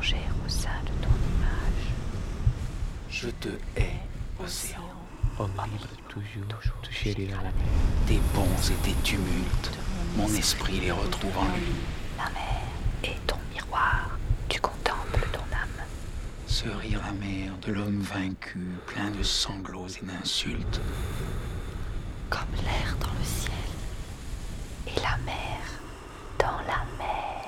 plonger au sein de ton image. Je te hais, océan. Homme libre, toujours, tu chériras la mer. Tes bonds et tes tumultes, mon esprit les retrouve en lui. La mer est ton miroir, tu contemples ton âme. Ce rire amer de l'homme vaincu, plein de sanglots et d'insultes. Comme l'air dans le ciel et la mer dans la mer.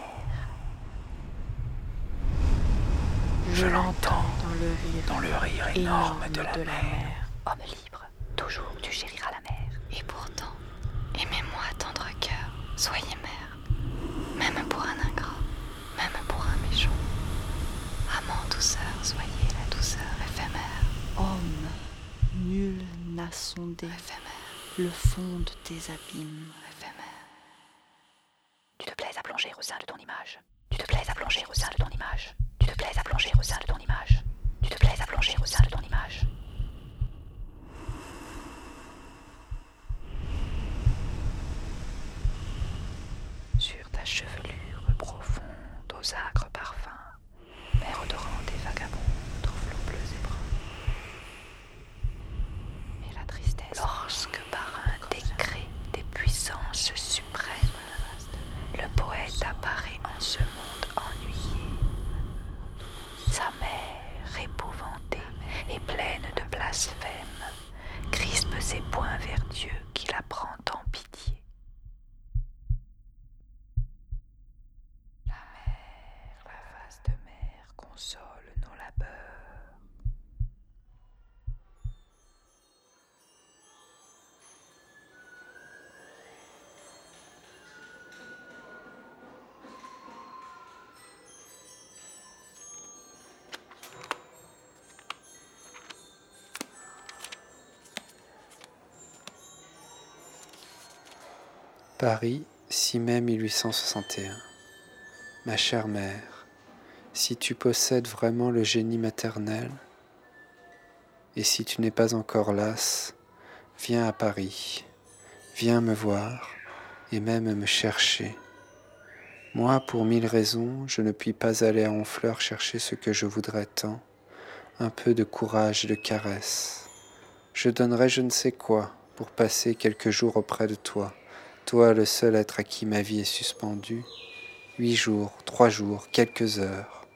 Je l'entends dans le rire énorme de la mer. Homme libre, toujours tu chériras la mer. Et pourtant, aimez-moi tendre cœur, soyez mère, même pour un ingrat, même pour un méchant. Amant douceur, soyez la douceur éphémère. Homme, nul n'a sondé Éphémère, le fond de tes abîmes. éphémère. Tu te plais à plonger au sein de ton image. Tu te plais à plonger au sein de ton image. Tu te plais à plonger au sein de ton image. Tu te plais à plonger au sein de ton image. Sur ta chevelure profonde aux âcres parfums, mer odorante et vagabonde aux flots bleus et bruns. Et la tristesse, lorsque par un décret des puissances suprêmes, le poète apparaît en ce monde ennuyé. Sa mère, épouvantée et pleine de blasphème, crispe ses poings vers Dieu qui la prend en pitié. La vaste mer console nos labeurs. Paris, 6 mai 1861. Ma chère mère, si tu possèdes vraiment le génie maternel, et si tu n'es pas encore lasse, viens à Paris, viens me voir et même me chercher. Moi, pour 1000 raisons, je ne puis pas aller à Honfleur chercher ce que je voudrais tant, un peu de courage et de caresse. Je donnerais je ne sais quoi pour passer quelques jours auprès de toi, toi le seul être à qui ma vie est suspendue, 8 jours, 3 jours, quelques heures.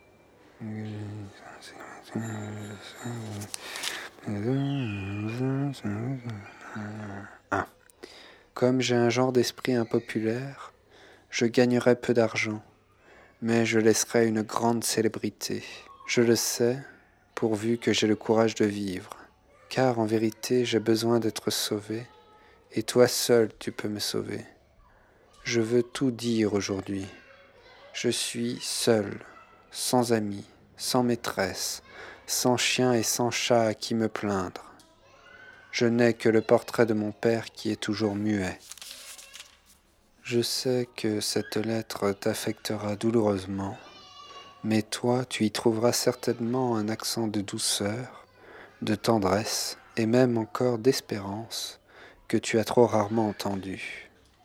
Ah. Comme j'ai un genre d'esprit impopulaire, je gagnerai peu d'argent, mais je laisserai une grande célébrité. Je le sais, pourvu que j'ai le courage de vivre, car en vérité j'ai besoin d'être sauvé, et toi seul tu peux me sauver. Je veux tout dire aujourd'hui. Je suis seul, sans amis, sans maîtresse, sans chien et sans chat à qui me plaindre. Je n'ai que le portrait de mon père qui est toujours muet. Je sais que cette lettre t'affectera douloureusement, mais toi, tu y trouveras certainement un accent de douceur, de tendresse et même encore d'espérance que tu as trop rarement entendu.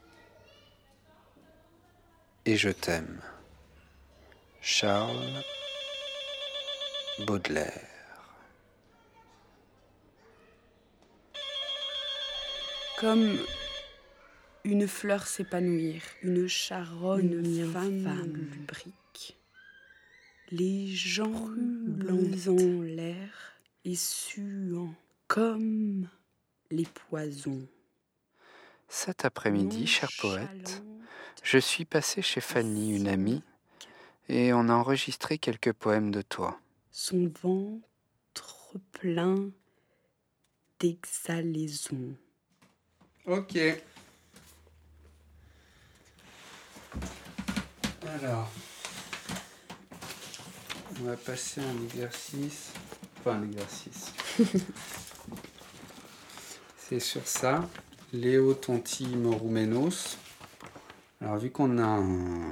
Et je t'aime. Charles Baudelaire. Comme une fleur s'épanouir, une charogne, une femme lubrique, les gens brûlants en l'air et suant comme les poisons. Cet après-midi, cher poète, je suis passé chez Fanny, une amie, et on a enregistré quelques poèmes de toi. Son ventre plein d'exhalaisons. Ok. Alors, on va passer à un exercice. Enfin, un exercice. C'est sur ça. Léo Tonti Moroumenos. Alors, vu qu'on a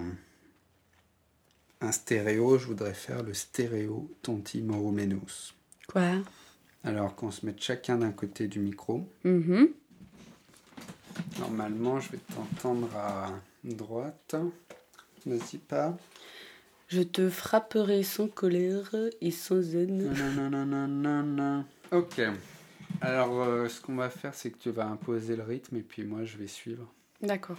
un stéréo, je voudrais faire le stéréo Tonti Moroumenos. Quoi? Alors, qu'on se mette chacun d'un côté du micro. Normalement, je vais t'entendre à droite. Vas-y, pas. Je te frapperai sans colère et sans haine. Non. Ok. Alors, ce qu'on va faire, c'est que tu vas imposer le rythme et puis moi, je vais suivre. D'accord.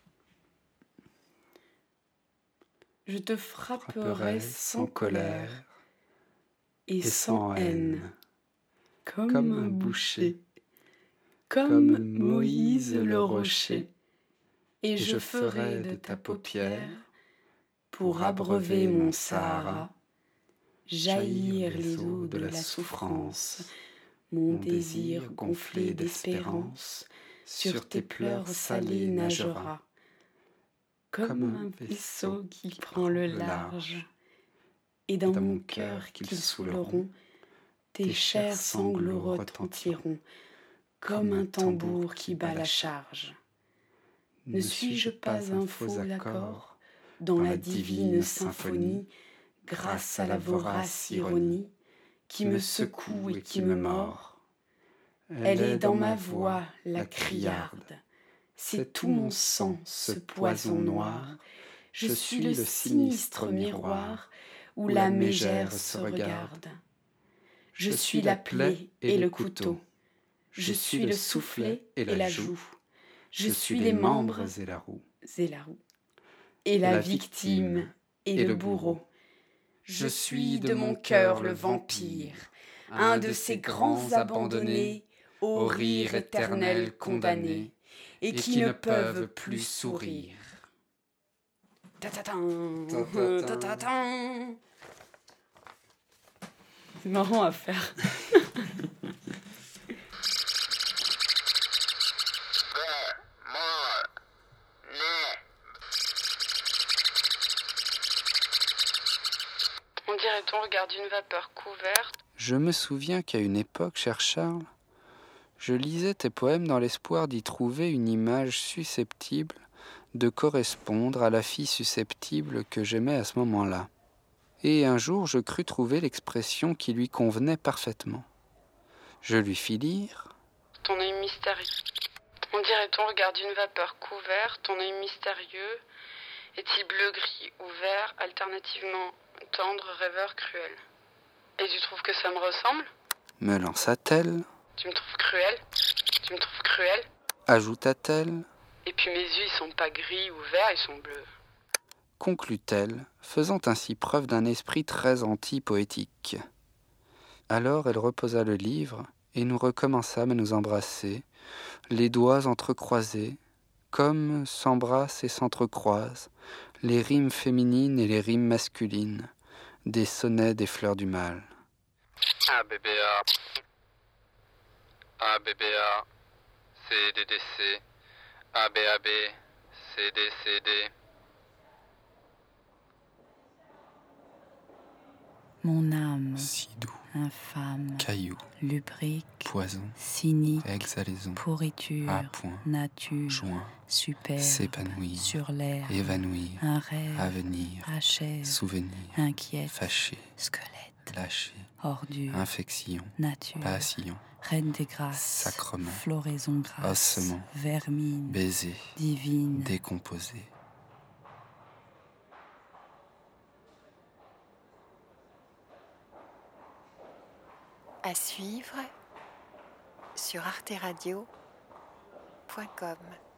Je te frapperai sans colère et sans haine, comme un boucher, comme Moïse le rocher, et je ferai de ta paupière, pour abreuver mon Sahara, jaillir les eaux de la souffrance, mon désir gonflé d'espérance, sur tes pleurs salés nagera, comme un vaisseau qui prend le large, et dans mon cœur qu'ils saouleront, tes chers sanglots retentiront, comme un tambour qui bat la charge. Ne suis-je pas un faux accord dans la divine symphonie, grâce à la vorace ironie qui me secoue et qui me mord? Elle est dans ma voix, la criarde, c'est tout mon sang, ce poison noir. Je suis le sinistre miroir où la mégère se regarde. Je suis la plaie et le couteau. Je suis le soufflet et la joue. Je suis les membres et la roue. Et la victime et le bourreau. Je suis de mon cœur le vampire, un de ces grands abandonnés, au rire éternel condamnés, et qui ne peuvent plus sourire. Ta-ta-tan, ta-ta-tan. C'est marrant à faire. On dirait-on regarde une vapeur couverte. Je me souviens qu'à une époque, cher Charles, je lisais tes poèmes dans l'espoir d'y trouver une image susceptible de correspondre à la fille susceptible que j'aimais à ce moment-là. Et un jour, je crus trouver l'expression qui lui convenait parfaitement. Je lui fis lire « Ton œil mystérieux. On dirait-on regarde une vapeur couverte, ton œil mystérieux est-il bleu, gris ou vert, alternativement tendre, rêveur, cruel. Et tu trouves que ça me ressemble ? me lança-t-elle. Tu me trouves cruel ? Tu me trouves cruel ? Ajouta-t-elle. Et puis mes yeux, ils sont pas gris ou verts, ils sont bleus. Conclut-elle, faisant ainsi preuve d'un esprit très anti-poétique. Alors elle reposa le livre, et nous recommençâmes à nous embrasser, les doigts entrecroisés, comme s'embrassent et s'entrecroisent les rimes féminines et les rimes masculines, des sonnets des fleurs du mal. A, B, B, A, B, B, A, C, D, D, C, A, B, C, D, C, D. Mon âme, Si doux, infâme, caillou, lubrique, poison, cynique, exhalaison, pourriture, appoint, nature, joint, super, s'épanouir, sur l'air, évanouir, un rêve, avenir, achève, souvenir, inquiète, fâché, squelette, lâché, ordure, infection, nature, passion, reine des grâces, sacrement, floraison grasse, ossement, vermine, baiser, divine, décomposé. À suivre sur arteradio.com.